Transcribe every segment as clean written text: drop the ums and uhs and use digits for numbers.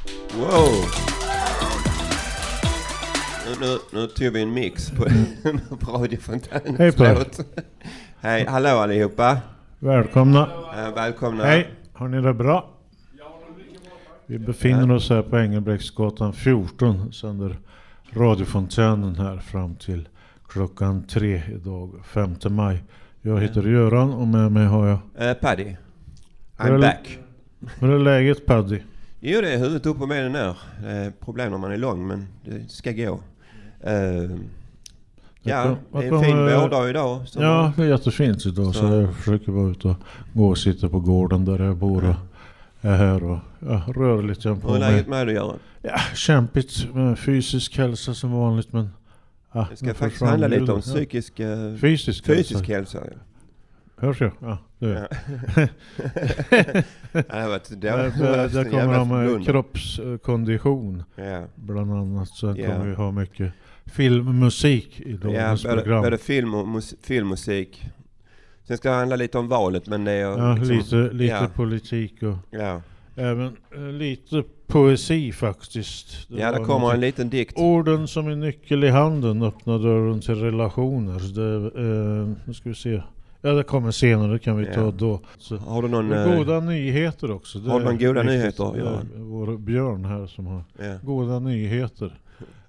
Wow! Nu tog vi en mix på Radio Fontanes. Hej Per. Hej, hallå allihopa. Välkomna. Välkomna. Hej, har ni det bra? Vi befinner oss här på Engelbrektsgatan 14, sänder Radio Fontanen här fram till klockan 3 idag, 5 maj. Jag heter Göran och med mig har jag... Paddy. I'm back. Hur är läget, Paddy? Jo, det är huvudet upp och med den där. Problem när man är lång, men det ska gå. Ja, det är en fin vårdag idag. Ja, det är jättefint idag. Så jag försöker vara ute och gå och sitta på gården där jag bor och är här och rör lite på mig. Hur är läget med dig, Göran? Ja, kämpigt med fysisk hälsa som vanligt, men... Ja, det ska faktiskt handla lite om psykisk... Fysisk hälsa, ja. Hörs jag? Ja, det är det kommer om kroppskondition bland annat. Så kommer vi ha mycket filmmusik i dagens program. Både filmmusik. Sen ska det handla lite om valet, men det är lite politik och även lite poesi faktiskt. Det kommer en liten dikt. Orden som är nyckel i handen öppnar dörren till relationer. Nu ska vi se. Ja, det kommer senare, det kan vi ta då. Så har du någon goda nyheter också? Har du någon goda nyheter? Ja. Vår Björn här som har goda nyheter.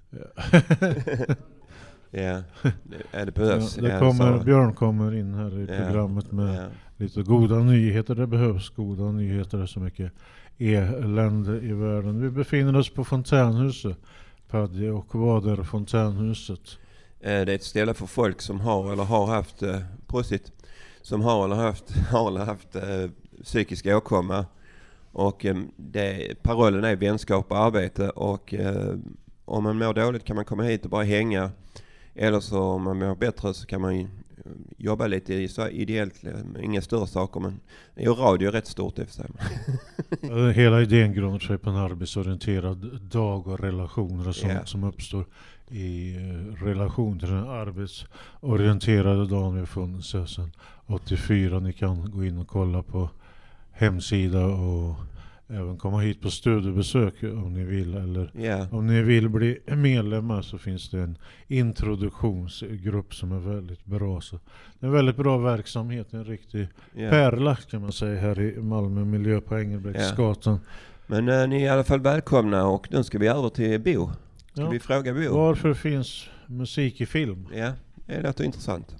Det behövs. Björn kommer in här i programmet med lite goda nyheter. Det behövs goda nyheter. Det är så mycket elände i världen. Vi befinner oss på Fontänhuset, Paddy, och vad är Fontänhuset? Det är ett ställe för folk som har eller har haft som har eller haft psykisk åkomma, och parollen är vänskap och arbete, och om man mår dåligt kan man komma hit och bara hänga, eller så om man mår bättre så kan man jobba lite så ideellt, inga större saker, men radio är rätt stort efter sig. Hela idén grundar sig på en arbetsorienterad dag och relationer och sånt som uppstår i relation till den arbetsorienterade dagen vi har funnits sedan 84. Ni kan gå in och kolla på hemsida och även komma hit på studiebesök om ni vill, eller om ni vill bli medlemmar så finns det en introduktionsgrupp som är väldigt bra. Så det är en väldigt bra verksamhet, en riktig pärla kan man säga här i Malmö miljö på Engelbrektsgatan. Men ni är i alla fall välkomna, och nu ska vi över till Bo. Ska vi fråga Bo? Varför finns musik i film? Ja, det låter intressant.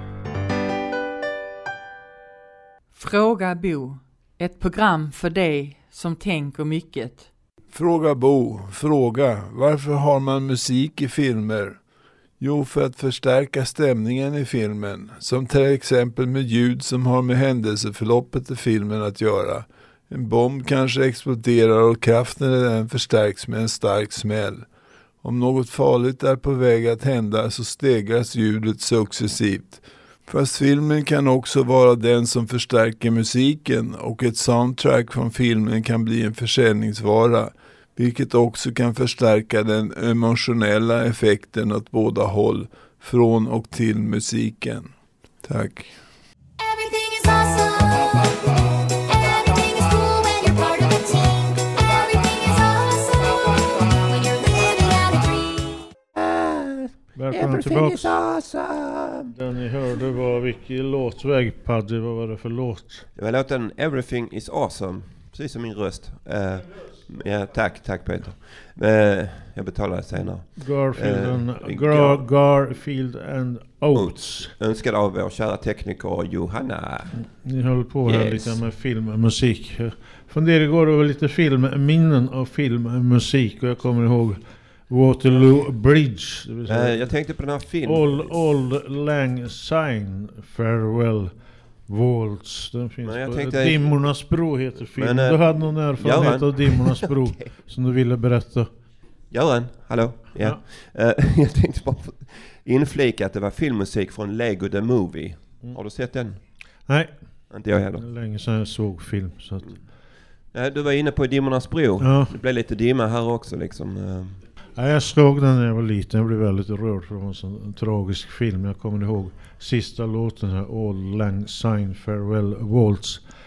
Fråga Bo. Ett program för dig som tänker mycket. Fråga Bo. Fråga. Varför har man musik i filmer? Jo, för att förstärka stämningen i filmen. Som till exempel med ljud som har med händelseförloppet i filmen att göra. En bomb kanske exploderar och kraften i den förstärks med en stark smäll. Om något farligt är på väg att hända så stegras ljudet successivt. Fast filmen kan också vara den som förstärker musiken, och ett soundtrack från filmen kan bli en försäljningsvara, vilket också kan förstärka den emotionella effekten åt båda håll, från och till musiken. Tack. Välkommen tillbaka. Awesome. Den ni hörde var vilken låtväg, Paddy. Vad var det för låt? Det var låten Everything is awesome. Precis som min röst. Tack Peter. Jag betalar det senare. Garfield and Oates. Önskad av vår kära tekniker Johanna. Ni höll på här lite med filmmusik. Funderar igår över lite filmminnen av filmmusik, och jag kommer ihåg Waterloo Bridge. Jag tänkte på den här filmen. Old Lang Syne Farewell Waltz. Den finns på Dimmornas bro heter filmen. Du hade någon erfarenhet av Dimmornas bro som du ville berätta. Göran, hallå. Ja. Jag tänkte bara inflika att det var filmmusik från Lego the Movie. Har du sett den? Nej. Inte jag heller. Länge sedan jag såg film. Så att... Du var inne på Dimmornas bro. Ja. Det blev lite dimma här också liksom. Ja, jag såg den när jag var liten. Jag blev väldigt rörd för en sån tragisk film. Jag kommer ihåg sista låten här, Old Lang Syne Farewell Waltz.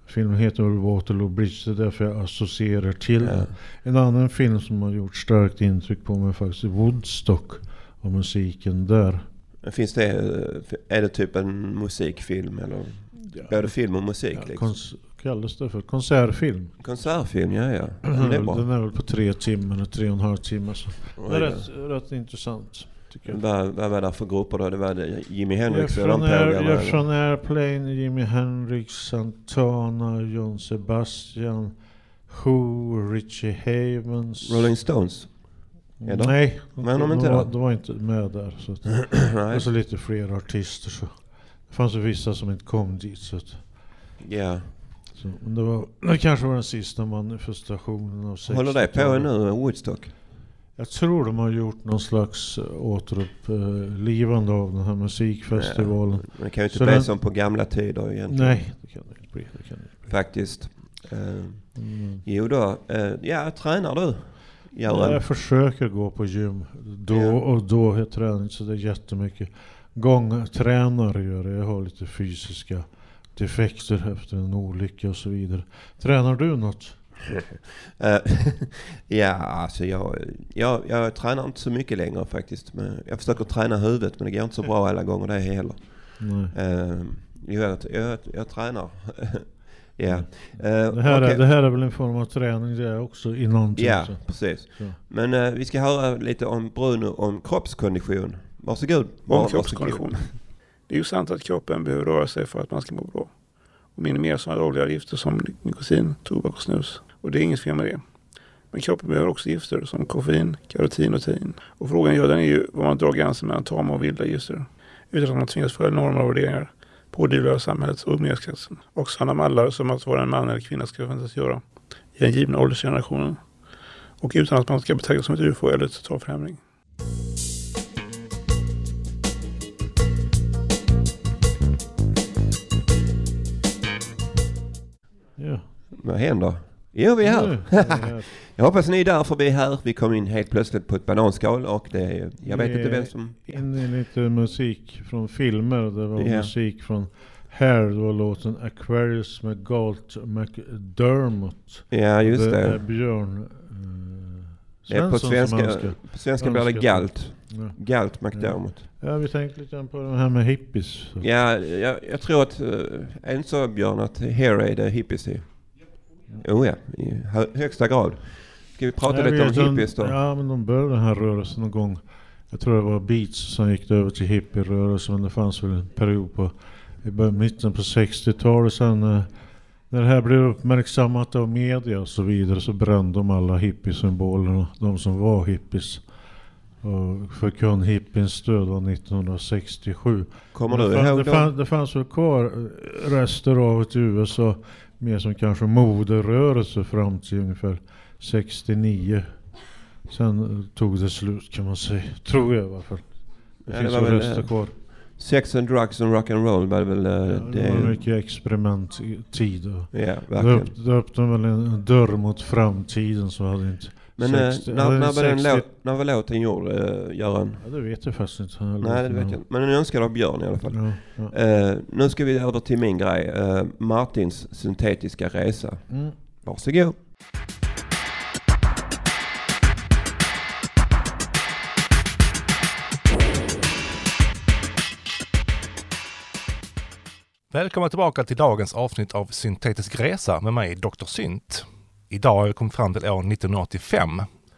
Filmen heter Waterloo Bridge, det är därför jag associerar till den. En annan film som har gjort starkt intryck på mig faktiskt är Woodstock och musiken där. Finns det, är det typ en musikfilm eller både film och musik? Liksom? Kallas det för konsertfilm. Konsertfilm, ja. Det är bra. Den är väl på 3 timmar eller 3,5 timmar. Så. Det är rätt intressant. Vad var det för grupper då? Det var Jimi Hendrix och de från Airplane, Jimi Hendrix, Santana, John Sebastian, Who, Richie Havens, Rolling Stones. Nej, men de var inte med där. Så det var så lite fler artister. Så. Det fanns ju vissa som inte kom dit. Så ja. Så, men det kanske var den sista manifestationen av 60-talet. Håller det på nu, Woodstock? Jag tror de har gjort någon slags återupplivande av den här musikfestivalen. Men det kan ju inte bli som på gamla tider egentligen. Nej, det kan det inte bli. Faktiskt. Jo då, tränar du? Jag försöker gå på gym. Då jag tränar inte så det är jättemycket. Tränare gör det. Jag har lite fysiska defekter efter en olycka och så vidare. Tränar du något? Alltså jag tränar inte så mycket längre faktiskt. Men jag försöker träna huvudet, men det går inte så bra alla gånger det heller. Jag tränar. Ja. Det här är väl en form av träning det är också i någonting. Ja, precis. Så. Men vi ska höra lite om Bruno om kroppskondition. Varsågod. Kroppskondition. Det är ju sant att kroppen behöver röra sig för att man ska må bra. Och minimera sådana dåliga gifter som nikotin, tobak och snus. Och det är inget fel med det. Men kroppen behöver också gifter som koffein, karotin och tein. Och frågan är ju vad man drar gränsen mellan tama och vilda gifter. Utan att man tvingas följa normer och värderingar. Pådyvlar samhällets och umgängeskretsen. Och sådana mallar som att vara en man eller kvinna ska förväntas göra i den givna åldersgenerationen. Och utan att man ska betraktas som ett UFO eller ett totalförändring. Ja. Vad händer? Jo, vi är här. Jag hoppas ni är där förbi här. Vi kom in helt plötsligt på ett bananskal och jag vet inte vem som... In i lite musik från filmer. Det var musik från Hair. Det var låten Aquarius med Galt McDermott. Ja, just det. Det är Björn Svensson på svenska blir det Galt. Ja. Galt McDermott. Ja, vi tänkte lite på det här med hippies. Så. Ja, jag tror att en så Björn att Hair är det hippies i. I högsta grad. Ska vi prata lite om hippies då? Ja, men de började den här rörelsen någon gång. Jag tror det var Beats som gick över till hippie-rörelsen. Men det fanns väl en period i mitten på 60-talet sen när det här blev uppmärksammat av media och så vidare så brände de alla hippiesymbolerna. De som var hippies. Och förkunn hippiens stöd var 1967. Kommer du ihåg det fanns väl kvar rester av ett USA mer som kanske moderörelse fram till ungefär 69. Sen tog det slut kan man säga. Tror jag i alla fall. Det finns väl rester kvar. Sex and drugs and rock and roll var väl det var mycket experimenttid. Ja, verkligen. Det öppnade väl en dörr mot framtiden så hade inte... Men när var låten gjord, Göran? Ja, det vet jag faktiskt inte. Nej, det vet jag. Men den önskar av Björn i alla fall. Ja. Nu ska vi över till min grej. Martins syntetiska resa. Varsågod. Välkommen tillbaka till dagens avsnitt av Syntetisk resa med mig, Dr. Synt. Idag har jag kommit fram till år 1985.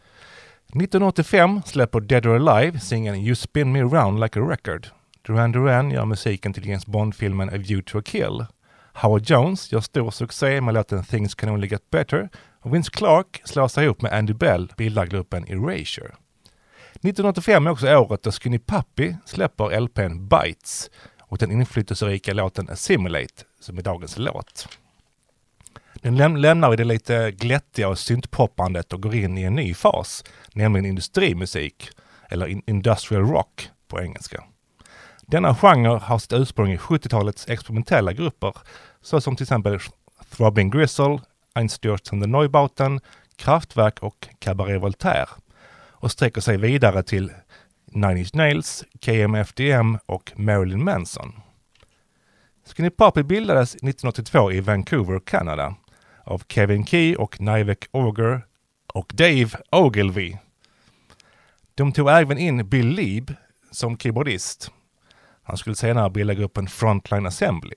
1985 släpper Dead or Alive singeln You Spin Me Round Like a Record. Duran Duran gör musiken till James Bond-filmen A View to a Kill. Howard Jones gör stor succé med låten Things Can Only Get Better. Och Vince Clarke slår sig ihop med Andy Bell, bildar gruppen Erasure. 1985 är också året då Skinny Puppy släpper LPn Bites och den inflytelserika låten Assimilate som är dagens låt. Den lämnar det lite glättiga och syntpoppandet och går in i en ny fas, nämligen industrimusik, eller industrial rock på engelska. Denna genre har sitt ursprung i 70-talets experimentella grupper, såsom till exempel Throbbing Gristle, Einstürzen den Neubauten, Kraftwerk och Cabaret Voltaire, och sträcker sig vidare till Nine Inch Nails, KMFDM och Marilyn Manson. Skinny Puppy bildades 1982 i Vancouver, Kanada av Kevin Key och Nivek Auger och Dave Ogilvy. De tog även in Bill Leeb som keyboardist. Han skulle senare bilda gruppen Frontline Assembly.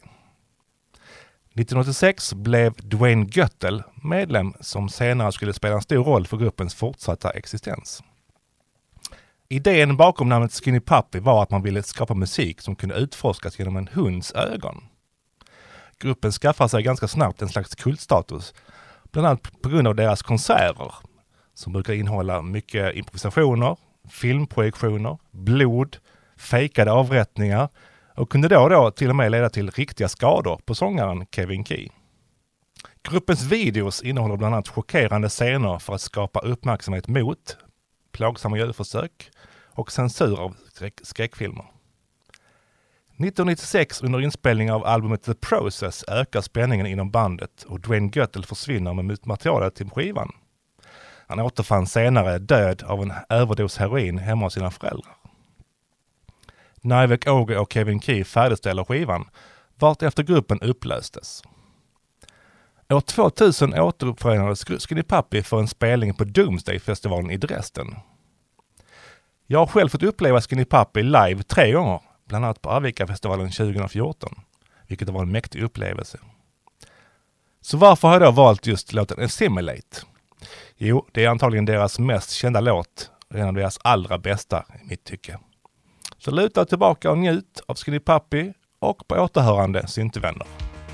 1986 blev Dwayne Göttel medlem som senare skulle spela en stor roll för gruppens fortsatta existens. Idén bakom namnet Skinny Puppy var att man ville skapa musik som kunde utforskas genom en hunds ögon. Gruppen skaffade sig ganska snabbt en slags kultstatus, bland annat på grund av deras konserter som brukar innehålla mycket improvisationer, filmprojektioner, blod, fejkade avrättningar och kunde då till och med leda till riktiga skador på sångaren Kevin Key. Gruppens videos innehåller bland annat chockerande scener för att skapa uppmärksamhet mot plågsamma djurförsök och censur av skräckfilmer. 1996 under inspelningen av albumet The Process ökar spänningen inom bandet och Dwayne Göttel försvinner med materialet till skivan. Han återfann senare död av en överdos heroin hemma hos sina föräldrar. Nivek Auger och Kevin Key färdigställer skivan, vart efter gruppen upplöstes. År 2000 återuppförenades Skinny Puppy för en spelning på Doomsday-festivalen i Dresden. Jag har själv fått uppleva Skinny Puppy live 3 gånger, bland annat på Arvika-festivalen 2014, vilket var en mäktig upplevelse. Så varför har jag då valt just låten Assimilate? Jo, det är antagligen deras mest kända låt, en av deras allra bästa i mitt tycke. Så luta tillbaka och njut av Skinny Puppy och på återhörande syntevänner.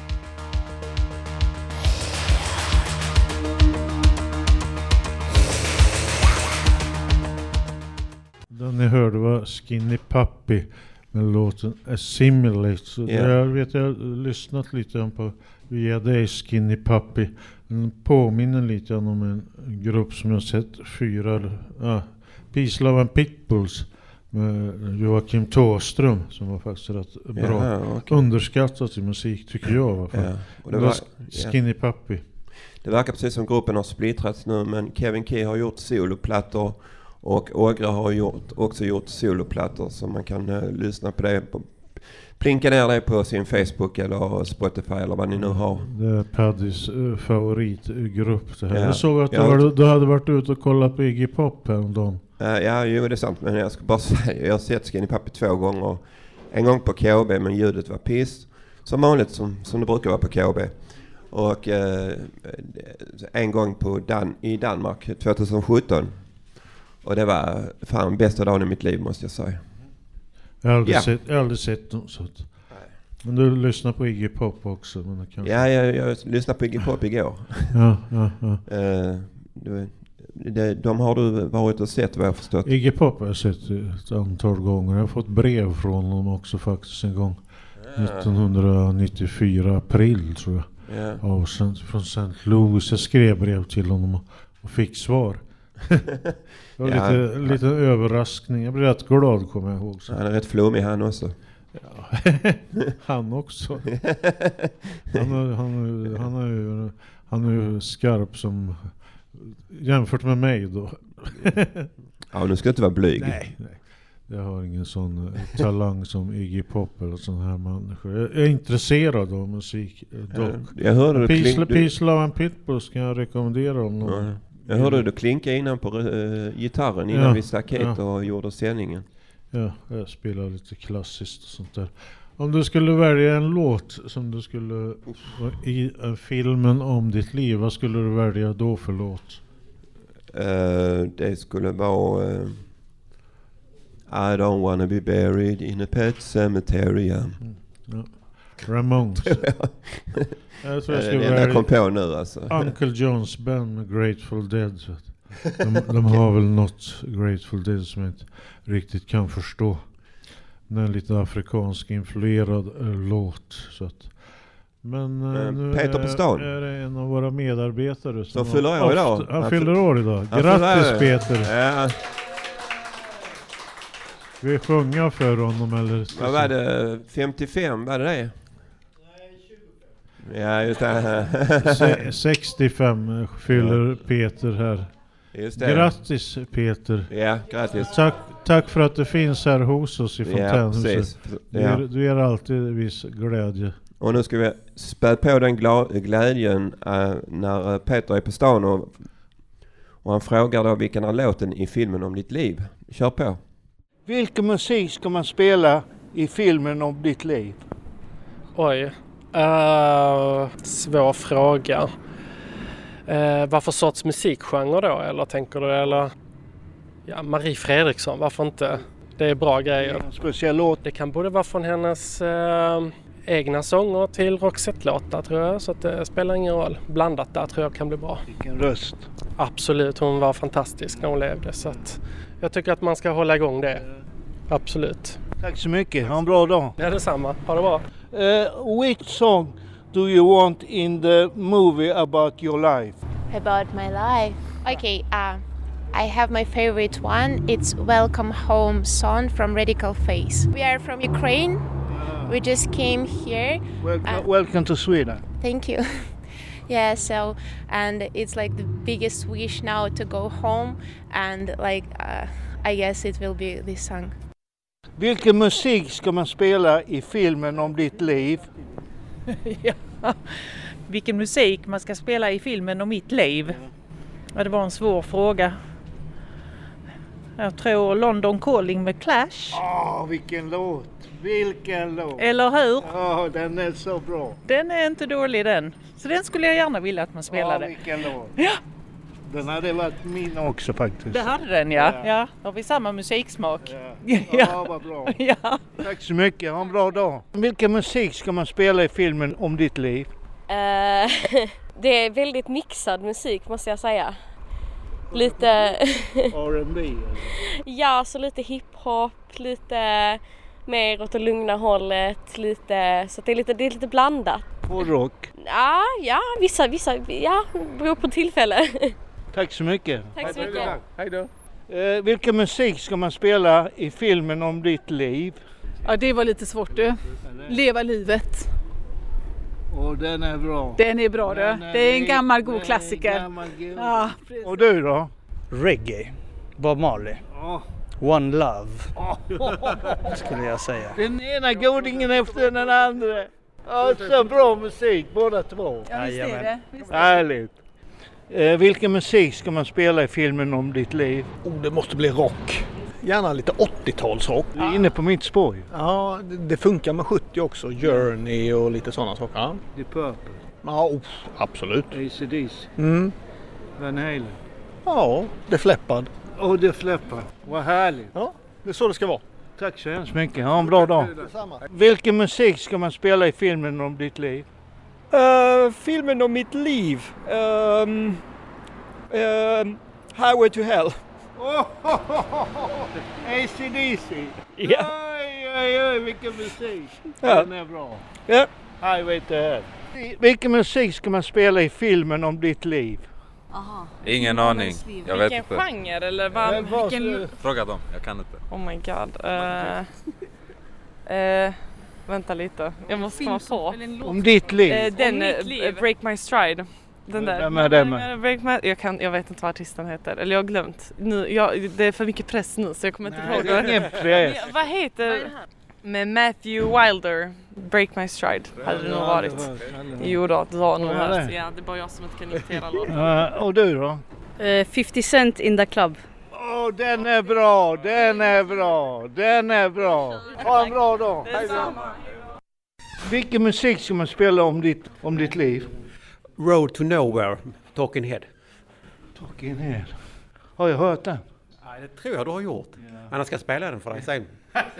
Den ni hörde var Skinny Puppy med låten Assimilate. Så jag har lyssnat lite på via dig Skinny Puppy. Den påminner lite om en grupp som jag sett 4 Peace, Love and Pitbulls med Joakim Thåström som var faktiskt rätt bra. Underskattat i musik tycker jag i alla fall. Och det var Skinny Puppy. Det verkar precis som gruppen har splittrats nu, men Kevin Key har gjort soloplattor och Ågra har också gjort soloplattor, så man kan lyssna på det. Plinka ner det på sin Facebook eller Spotify eller vad ni nu har. Det är Paddys favoritgrupp det här. Jag såg att du hade varit ute och kollat på Iggy Pop häromdagen. Ja, jo, det är sant. Men jag ska bara säga, jag har sett Skinny Puppy 2 gånger. En gång på KB, men ljudet var piss. Som vanligt, som det brukar vara på KB. Och en gång i Danmark 2017. Och det var fan bästa dagen i mitt liv, måste jag säga. Jag har aldrig sett dem så att. Men du lyssnar på Iggy Pop också, men det kanske... Ja, jag lyssnade på Iggy Pop igår. Ja. De har du varit och sett, vad jag förstått. Iggy Pop har jag sett ett antal gånger. Jag har fått brev från honom också faktiskt en gång. 1994 april tror jag. Ja. Från St. Louis. Jag skrev brev till honom och fick svar. Det var lite överraskning. Jag blev rätt glad, kommer jag ihåg. Så. Han är rätt flummig han också. Ja. Han också. Han är ju skarp som jämfört med mig då. Ja, nu ska inte vara blyg. Nej. Jag har ingen sån talang som Iggy Pop eller sån här människor. Jag är intresserad av musik dock. Jag hörde Peace, Love and Pitbulls kan jag rekommendera om någon. Ja. Jag hörde du klinka innan på gitarren innan vi stack hit och gjorde sändningen. Ja, jag spelar lite klassiskt och sånt där. Om du skulle välja en låt som du skulle i filmen om ditt liv, vad skulle du välja då för låt? Det skulle vara I don't wanna be buried in a pet cemetery. Ja. Ramones. Jag tror jag skulle välja kom på nu alltså. Uncle John's Band med Grateful Dead. Så de har väl något Grateful Dead som jag inte riktigt kan förstå. Det är en lite afrikansk influerad låt. Så att. Men nu Peter på stan är det en av våra medarbetare som fyller år idag. Han fyller år idag. Grattis Peter. Ja. Ska vi sjunga för honom eller? Vad var det? 55 var det? Nej, 25. Ja, just det. 65 fyller Peter här. Just det. Grattis Peter. Ja, grattis. Tack för att du finns här hos oss i Fontänhuset. Ja, du ger alltid viss glädje. Och nu ska vi spä på den glädjen när Peter är på stan och han frågar då vilken är låten i filmen om ditt liv. Kör på. Vilken musik ska man spela i filmen om ditt liv? Oj, svår fråga. Vad för sorts musikgenre då? Eller tänker du? Eller? Ja, Marie Fredriksson, varför inte? Det är bra grejer. En speciell låt? Det kan både vara från hennes egna sånger till Roxette-låtar tror jag. Så att det spelar ingen roll. Blandat där tror jag kan bli bra. Vilken röst. Absolut, hon var fantastisk när hon levde. Så att jag tycker att man ska hålla igång det. Absolut. Tack så mycket, ha en bra dag. Ja, detsamma. Ha det bra. Which song do you want in the movie about your life? About my life. Okay, I have my favorite one. It's Welcome Home song from Radical Face. We are from Ukraine. We just came here. Welcome to Sweden. Thank you. Yeah, so, and it's like the biggest wish now to go home, and like I guess it will be this song. Vilken musik ska man spela i filmen om ditt liv? Ja. Vilken musik man ska spela i filmen om mitt liv? Ja, det var en svår fråga. Jag tror London Calling med Clash. Vilken låt! Vilken låt! Eller hur? Ja, den är så bra. Den är inte dålig den. Så den skulle jag gärna vilja att man spelade. Vilken låt! Ja! Den hade varit min också faktiskt. Det hade den, ja. Har vi samma musiksmak? Ja, vad bra. Ja. Tack så mycket, ha en bra dag. Vilken musik ska man spela i filmen om ditt liv? Det är väldigt mixad musik måste jag säga. Lite R&B eller? Ja, så lite hiphop, lite mer åt det lugna hållet, lite så att det är lite blandat. Och rock? Ja, vissa beror på tillfälle. Tack så mycket. Tack så mycket. Hej då. Vilken musik ska man spela i filmen om ditt liv? Ja, det var lite svårt du. Leva livet. Och den är bra. Den är bra du. Det är en gammal god klassiker. Ja, och du då? Reggae. Bob Marley. One Love. Skulle jag säga. Den ena godingen efter den andra. Ja, så bra musik båda två. Ja, visst är det. Härligt. Vilken musik ska man spela i filmen om ditt liv? Det måste bli rock. Gärna lite 80-talsrock. Du är inne på mitt spår. Ja, det funkar med 70 också. Journey och lite sådana saker. Ja. Deep Purple. Ja, absolut. AC/DC. Van Halen. Ja, Def Leppard. Def Leppard. Vad härligt. Ja, det är så det ska vara. Tack så hemskt mycket. Ha en bra dag. Vilken musik ska man spela i filmen om ditt liv? Filmen om mitt liv? Highway to Hell. AC/DC. Ja. Oj, vilken musik. Ja. Den är bra. Ja. Highway to Hell. Vilken musik ska man spela i filmen om ditt liv? Aha. Ingen aning. Jag vet inte. Vilken genre eller vad? Vilken... Fråga dem, jag kan inte. Oh my god. Vänta lite. Jag måste komma på. Om ditt liv. Break My Stride. Den där. Jag vet inte vad artisten heter. Eller jag har glömt. Det är för mycket press nu så jag kommer inte ihåg. Vad heter med Matthew Wilder? Break My Stride hade det nog varit. Jo då, det har nog hört. Ja, det är bara jag som inte kan imitera låten. Och du då? 50 Cent in the Club. Den är bra, den är bra, den är bra. Ha en bra dag. Vilken musik ska man spela om ditt liv? Road to Nowhere, Talking Head. Talking Head. Har jag hört den? Nej, det tror jag du har gjort. Annars ska jag spela den för dig sen.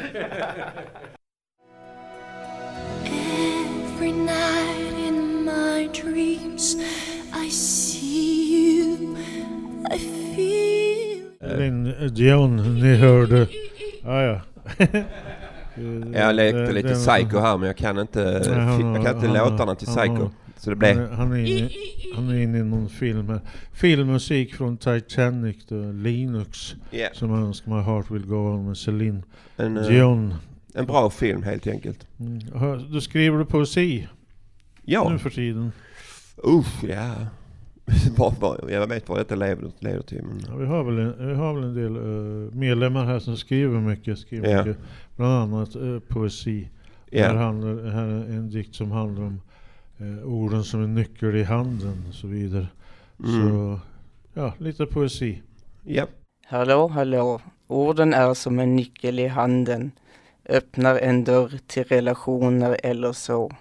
Every night in my dreams I see you, I feel. Dion, ni hörde. Ja. Jag lekte lite Psycho här, men jag kan inte låtarna till Psycho. Så det blev... Han är inne i någon film här. Filmmusik från Titanic då, Linux, som han önskar man Heart Will Go On med Celine Dion. En bra film helt enkelt. Du skriver poesi nu för tiden. Ja. Jag vet vad detta leder till. Men... Ja, vi har väl en del medlemmar här som skriver mycket. Bland annat poesi. Här är en dikt som handlar om orden som en nyckel i handen och så vidare. Så ja, lite poesi. Ja. Hallå. Orden är som en nyckel i handen. Öppnar en dörr till relationer eller så.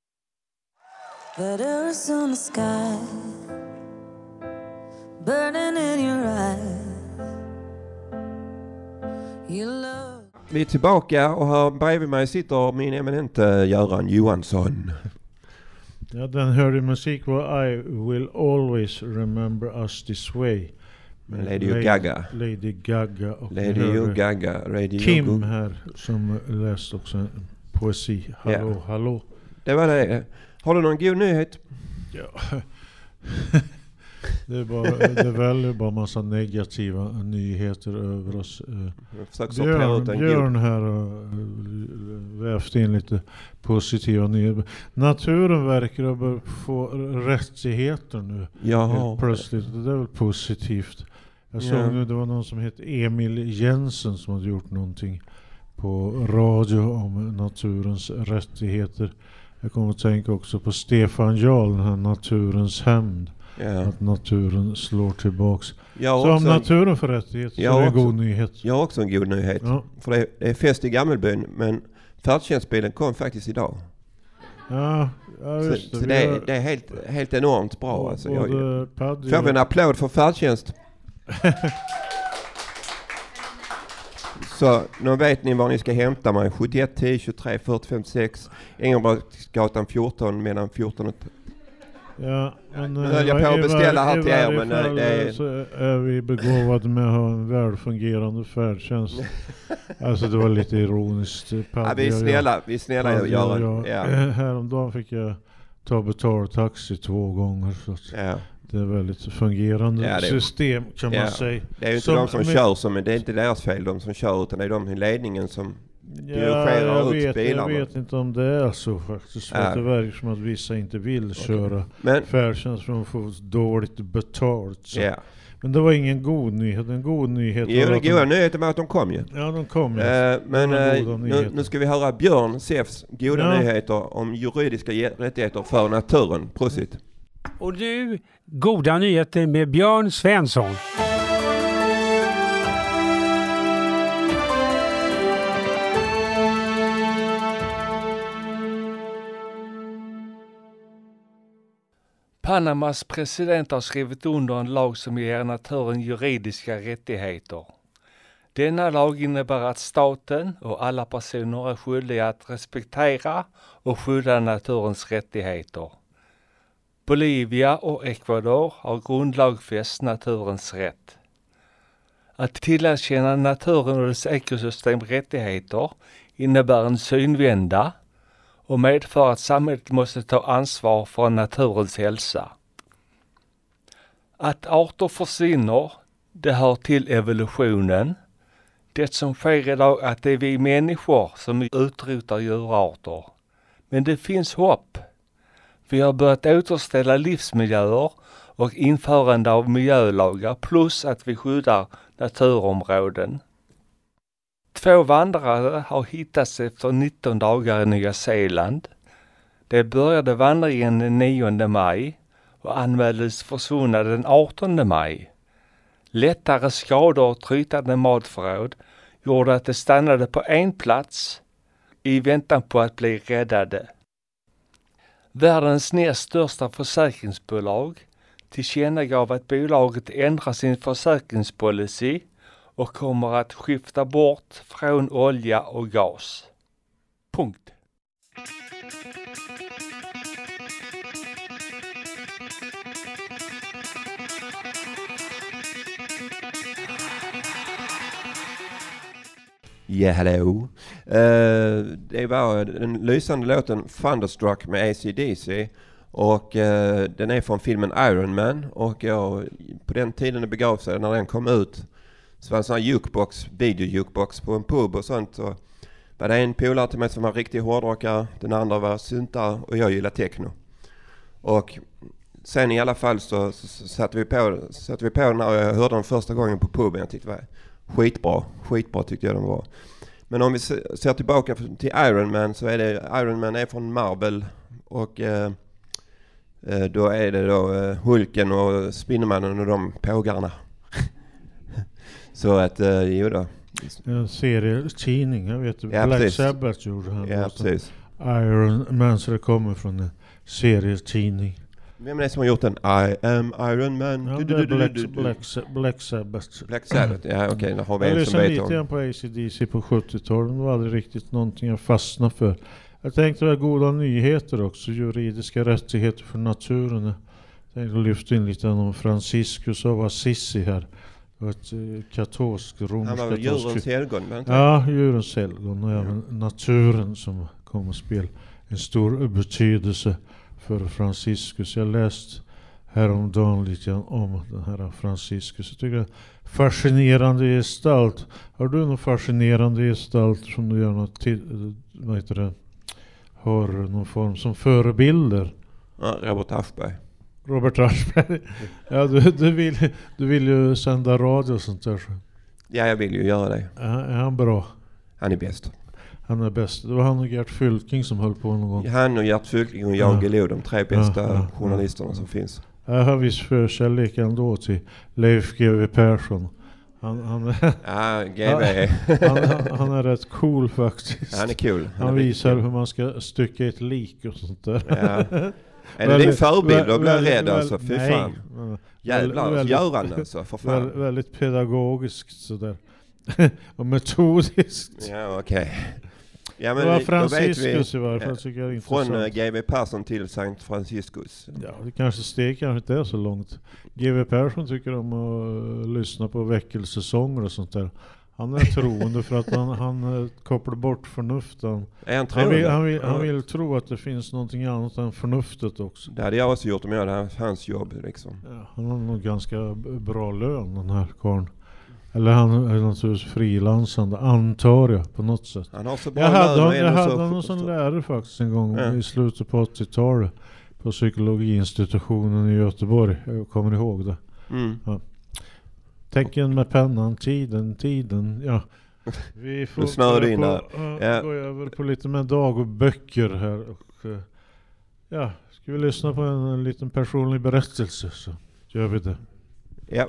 That Arizona sky burning in your eyes. Vi är tillbaka och här bredvid mig sitter min eminente Göran Johansson. Ja, den hörde musik var I Will Always Remember Us This Way. Lady Gaga. Och Lady Gaga. Radio Kim här som läste också en poesi. Hallå. Det var det. Har du någon god nyhet? Ja. Det är väl bara massa negativa nyheter över oss. Björn här och vävt in lite positiva nyheter. Naturen verkar ha få rättigheter nu. Ja. Plötsligt. Det är väl positivt. Jag såg nu det var någon som heter Emil Jensen som hade gjort någonting på radio om naturens rättigheter. Jag kommer att tänka också på Stefan Jarl, den här naturens hämnd. Yeah. Att naturen slår tillbaks. Så om naturen får rättighet så är det en god nyhet. Jag har också en god nyhet. Ja. För det är fest i Gammelbyn, men färdtjänstbilen kom faktiskt idag. Ja just det. Så det är helt enormt bra. Alltså, får vi en applåd för färdtjänst? Så nu vet ni var ni ska hämta mig. 71 10 23 45 6 Engelbrektsgatan 14 mellan 14 och... Ja, men höll jag på att beställa här till er, men det är... så är vi begåvade med att ha en välfungerande färdtjänst. Alltså det var lite ironiskt. Ja, vi är snälla att göra. Ja. Häromdagen fick jag ta betaltaxi 2 gånger så att det är väldigt fungerande system kan man säga. Det är ju inte de som kör det är inte deras fel de som kör, utan det är de i ledningen som dirigerar ut bilarna. Jag vet inte om det är så faktiskt. För att det verkar som att vissa inte vill köra färdtjänst för att de får dåligt betalt. Så. Men det var ingen god nyhet. En god nyhet var den goda nyheten med att de kom ju. Ja, de kom ju. Men nu ska vi höra Björn Sefs goda nyheter om juridiska rättigheter för naturen. Prosit. Och nu, goda nyheter med Björn Svensson. Panamas president har skrivit under en lag som ger naturen juridiska rättigheter. Denna lag innebär att staten och alla personer är skyldiga att respektera och skydda naturens rättigheter. Bolivia och Ecuador har grundlagfäst naturens rätt. Att tillerkänna naturen och dess ekosystem rättigheter innebär en synvända och medför att samhället måste ta ansvar för naturens hälsa. Att arter försvinner, det hör till evolutionen. Det som sker idag är att det är vi människor som utrotar djurarter. Men det finns hopp. Vi har börjat återställa livsmiljöer och införande av miljölagar plus att vi skyddar naturområden. 2 vandrare har hittats efter 19 dagar i Nya Zeeland. De började vandringen den 9 maj och anmäldes försvunna den 18 maj. Lättare skador och trytande matförråd gjorde att de stannade på en plats i väntan på att bli räddade. Världens näst största försäkringsbolag tillkännagav att bolaget ändrar sin försäkringspolicy och kommer att skifta bort från olja och gas. Punkt. Ja, hallå. Det var den lysande låten Thunderstruck med AC/DC. Och den är från filmen Iron Man. Och på den tiden det begav sig, när den kom ut, så var det en sån här jukebox, video-jukebox på en pub och sånt. Så var det en polare till mig som var riktig hårdrockare, den andra var syntare och jag gillar techno. Och sen i alla fall så satte vi på när jag hörde den första gången på puben. Jag tyckte det var skitbra tyckte jag den var. Men om vi ser tillbaka till Iron Man, så är det Iron Man är från Marvel, och då är det då Hulken och Spindelmannen och de pågarna. Så att jo då. En serietidning, jag vet. Ja, Black Sabbath gjorde han. Ja, precis. Iron Man, så det kommer från en serietidning. Vem är det som har gjort den? I am Iron Man. Ja, Black Sabbath. Black Sabbath, ja okej. Då har vi jag en som vet lite grann på AC/DC på 70-talet. Det var aldrig riktigt någonting jag fastnade för. Jag tänkte det var goda nyheter också. Juridiska rättigheter för naturen. Jag tänkte lyfta in lite om Franciscus av Assisi här. Det var ett katolskt, romersk. Han var väl djurens helgon? Ja, djurens helgon. Och även naturen som kommer att spela en stor betydelse för Franciscus. Jag läst häromdagen lite om den här Franciscus. Jag tycker det är fascinerande gestalt. Har du någon fascinerande gestalt som du gör något har någon form som förebilder? Ja, Robert Aschberg. Robert Aschberg. Ja, du vill ju sända radio och sånt där. Ja, jag vill ju göra det. Är han bra? Han är bäst. Han är bäst. Det var han och Gert Fylking som höll på någon gång. Han och Gert Fylking och Jan Guillou, de 3 bästa journalisterna som finns. Jag har viss förkärlek ändå till Leif GW Persson. Han är rätt cool faktiskt. Han är cool. Han visar hur man ska stycka ett lik och sånt där. Ja. Är det din förebild och blir rädd alltså? Fy fan. Jävlar, gör han alltså, för fan. Väldigt pedagogiskt sådär. Och metodiskt. Ja, okej. Ja, men det var Franciscus i varje fall, tycker jag är intressant. Från GW Persson till Sankt Franciscus. Ja, det kanske inte är så långt. GW Persson tycker om att lyssna på väckelsesäsonger och sånt där. Han är troende för att han kopplar bort förnuften. Han vill tro att det finns någonting annat än förnuftet också. Det hade jag också gjort om jag hade haft hans jobb liksom. Ja, han har nog ganska bra lön, den här karln. Eller han är naturligtvis frilansande, antar jag, på något sätt. Han har så bra jag hade någon sån lärare faktiskt en gång i slutet på 80-talet på psykologiinstitutionen i Göteborg. Jag kommer ihåg det. Ja. Tecken med pennan, tiden, ja. Vi får gå över på lite med dagböcker här. Och, ja, ska vi lyssna på en liten personlig berättelse så gör vi det. Ja.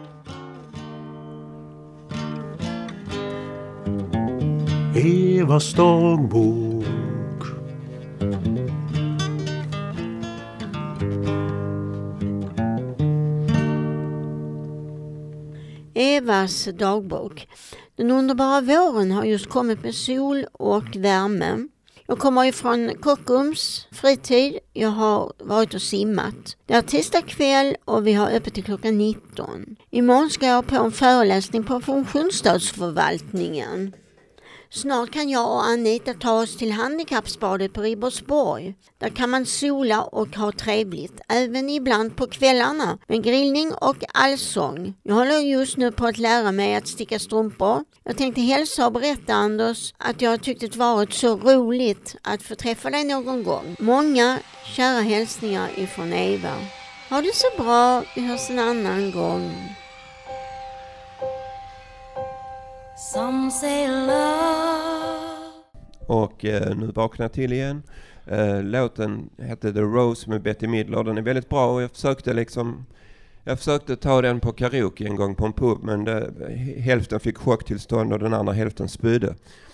Evas dagbok. Evas dagbok. Den underbara våren har just kommit med sol och värme. Jag kommer ifrån Kockums fritid. Jag har varit och simmat. Det är tisdag kväll och vi har öppet till klockan 19. Imorgon ska jag på en föreläsning på funktionsstödsförvaltningen. Snart kan jag och Anita ta oss till handikappsbadet på Ribersborg. Där kan man sola och ha trevligt, även ibland på kvällarna med grillning och allsång. Jag håller just nu på att lära mig att sticka strumpor. Jag tänkte hälsa och berätta, Anders, att jag tyckte det varit så roligt att få träffa dig någon gång. Många kära hälsningar ifrån Eva. Ha det så bra, vi hörs en annan gång. Some say love. Och nu vaknar jag till igen. Låten hette The Rose med Betty Midler. Den är väldigt bra och jag försökte ta den på karaoke en gång på en pub, men hälften fick chocktillstånd och den andra hälften spydde.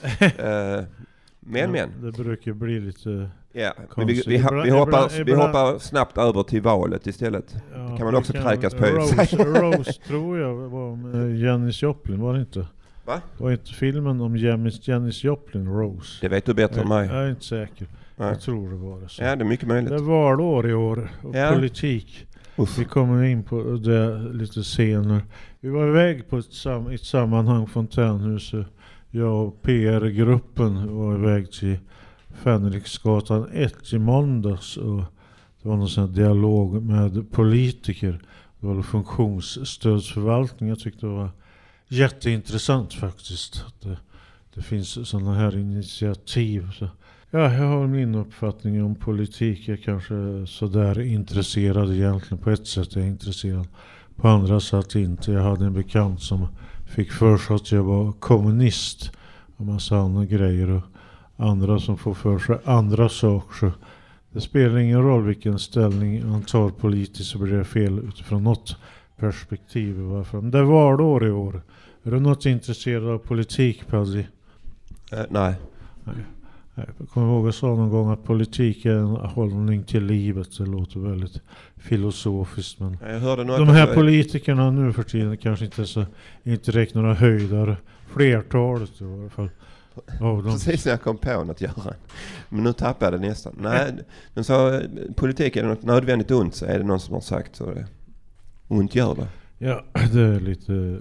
Men. Det brukar bli lite konstigt. Vi hoppar snabbt över till valet istället. Ja, det kan man också kräkas på. Rose tror jag var med Janis Joplin, var det inte? Va? Var inte filmen om Janis Joplin, Rose? Det vet du bättre än mig. Jag är inte säker. Nej. Jag tror det var det. Så. Ja, det är mycket möjligt. Det är valår i år och politik. Vi kommer in på det lite senare. Vi var iväg på ett sammanhang Fontänhuset. Jag och PR-gruppen var iväg till Fänriksgatan 1 i måndags. Och det var någon sån dialog med politiker. Det var funktionsstödsförvaltning. Jag tyckte det var jätteintressant faktiskt. Det finns sådana här initiativ. Så. Ja, jag har min uppfattning om politik. Jag kanske är sådär intresserad egentligen. På ett sätt är jag intresserad. På andra sätt inte. Jag hade en bekant som fick för sig att jag var kommunist. och massa andra grejer och andra som får för sig andra saker. Så det spelar ingen roll vilken ställning han tar politiskt, så blir det fel utifrån något perspektiv. Men det var det år i år. Är du något intresserad av politik, Paddy? Nej. Jag kommer ihåg att jag sa någon gång att politik är en hållning till livet. Det låter väldigt filosofiskt. Men jag hörde de här politikerna nu för tiden kanske inte räknar några höjdare. Flertalet i alla fall. Precis när jag kom på något göra. Men nu tappade jag det nästan. Nej, men så politik är något nödvändigt ont, så är det någon som har sagt så det ont gör det. Ja, det är lite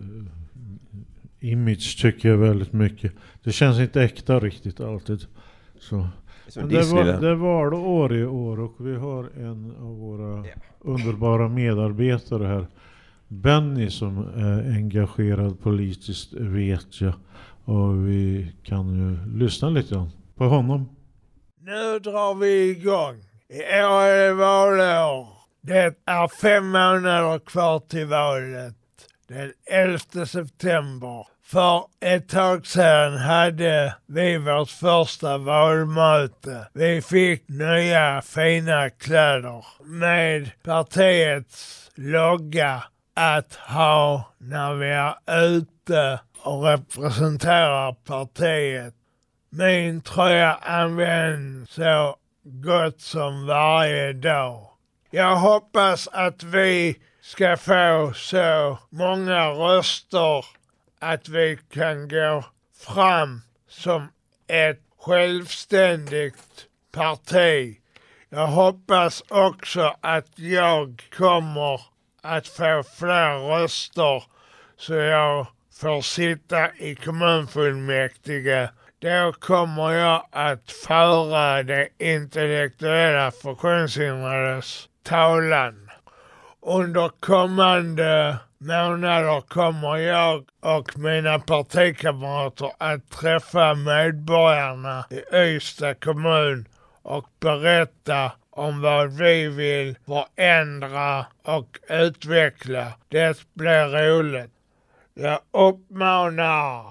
image tycker jag väldigt mycket. Det känns inte äkta riktigt alltid. Så. Men det var det år i år och vi har en av våra underbara medarbetare här. Benny som är engagerad politiskt vet jag. Och vi kan ju lyssna lite på honom. Nu drar vi igång. I år är det valår. Det är 5 månader kvar till valet. Den 11 september. För ett tag sedan hade vi vårt första valmöte. Vi fick nya fina kläder med partiets logga att ha när vi är ute och representerar partiet. Min tröja används så gott som varje dag. Jag hoppas att vi ska få så många röster att vi kan gå fram som ett självständigt parti. Jag hoppas också att jag kommer att få fler röster så jag får sitta i kommunfullmäktige. Då kommer jag att föra det intellektuella funktionshindrades talan. Under kommande månader kommer jag och mina partikamrater att träffa medborgarna i Ystad kommun och berätta om vad vi vill förändra och utveckla. Det blir roligt. Jag uppmanar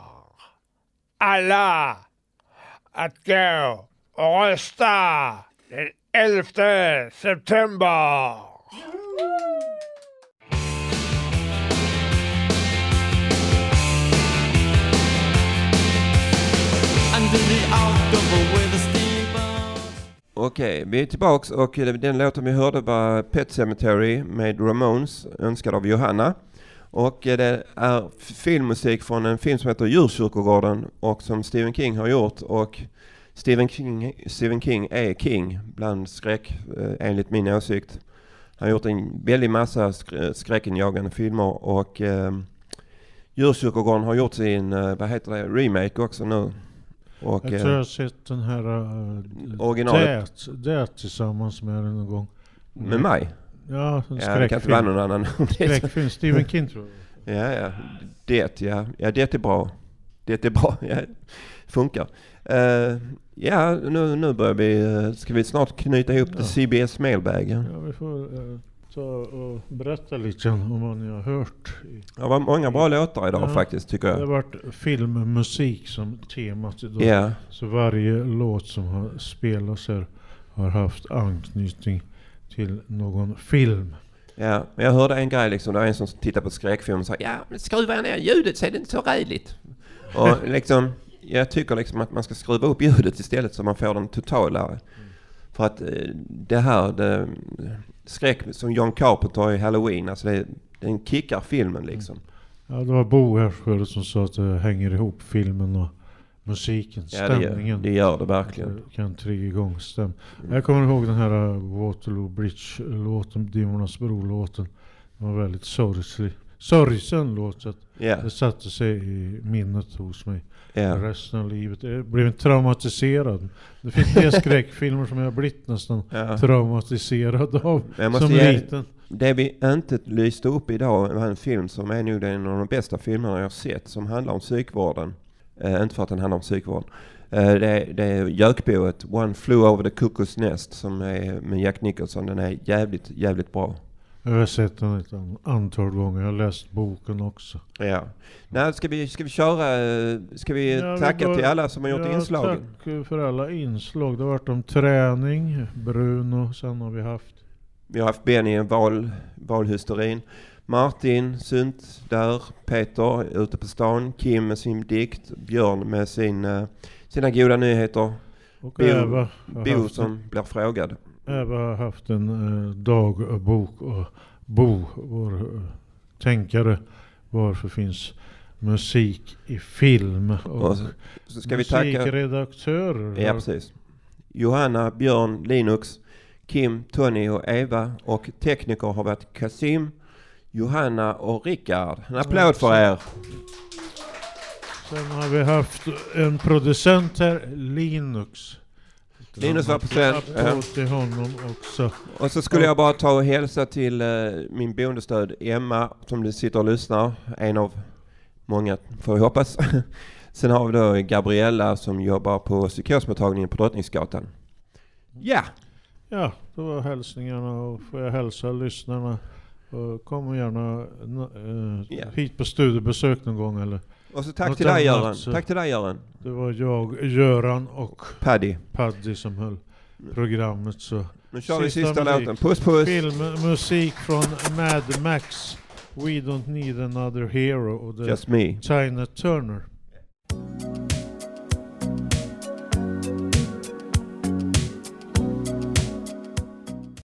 alla att gå och rösta den 11 september. Okej, vi är tillbaks och den låten vi hörde var Pet Sematary med Ramones, önskad av Johanna. Och det är filmmusik från en film som heter Djurkyrkogården och som Stephen King har gjort. Och Stephen King är king bland skräck, enligt min åsikt. Han har gjort en väldigt massa skräckinjagande filmer och Djurkyrkogården har gjort sin, remake också nu. Och, jag tror jag har sett den här originalet det tillsammans med den någon gång. Med mig? Ja, det kan inte vara någon annan. Skräckfilm, Stephen King tror jag. Ja, det är bra. Det är bra, ja, funkar. Nu börjar vi, ska vi snart knyta ihop till CBS Mailbag. Ja, vi får ta och berätta lite om vad ni har hört. Det var många bra låtar idag faktiskt, tycker jag. Det har varit filmmusik som temat idag. Yeah. Så varje låt som har spelats här har haft anknytning till någon film. Ja, men jag hörde en grej liksom, det var en som tittade på skräckfilm och sa, ja, men skruvar jag ner ljudet så är det inte så rädligt. Och liksom, jag tycker liksom att man ska skruva upp ljudet istället så man får den totala. För att det skräck som John Carpenter i Halloween, alltså den kickar filmen liksom. Ja, det var Bo här förut som sa att det hänger ihop filmen och musiken, stämningen. Ja, det gör det verkligen. Det kan trigga igång stäm. Jag kommer ihåg den här Waterloo Bridge-låten, Dimmornas bro-låten. Den var väldigt sorgsen låt, så att det satte sig i minnet hos mig resten av livet. Jag blev traumatiserad. Det finns fler skräckfilmer som jag har blivit nästan traumatiserad av som liten. Det vi inte lyste upp idag var en film som är nog en av de bästa filmerna jag har sett, som handlar om psykvården. Inte för att den handlar om psykvård. Det är Jökboet, One Flew Over the Cuckoo's Nest, som är med Jack Nicholson. Den är jävligt bra. Jag har sett den ett antal gånger. Jag har läst boken också. Ja. Nej, ska vi köra... Ska vi tacka till alla som har gjort inslag? Tack för alla inslag. Det har varit om träning, Bruno, sen har vi haft Benny i valhysterin. Martin Sunt där, Peter ute på stan, Kim med sin dikt, Björn med sina goda nyheter. Och Bo som blir frågad. Eva har haft en dagbok och Bo, vår tänkare, varför finns musik i film och så ska vi tacka musikredaktörer. Ja, precis. Johanna, Björn, Linux, Kim, Tony och Eva, och tekniker har varit Kasim, Johanna och Rickard. En applåd för er. Sen har vi haft en producent här, Linux var på till honom också. Och så skulle jag bara ta och hälsa till min boendestöd Emma som sitter och lyssnar. En av många, får vi hoppas. Sen har vi då Gabriella som jobbar på psykosmottagningen på Drottningsgatan. Ja! Ja, det var hälsningarna, och får jag hälsa lyssnarna. Kom gärna hit på studiebesök någon gång eller. Och så tack till dig Göran. Tack till dig Göran. Det var jag, Göran och Paddy som höll programmet. Så nu kör vi sista låten. Puss puss. Filmmusik från Mad Max, We Don't Need Another Hero och Just Me, Tina Turner.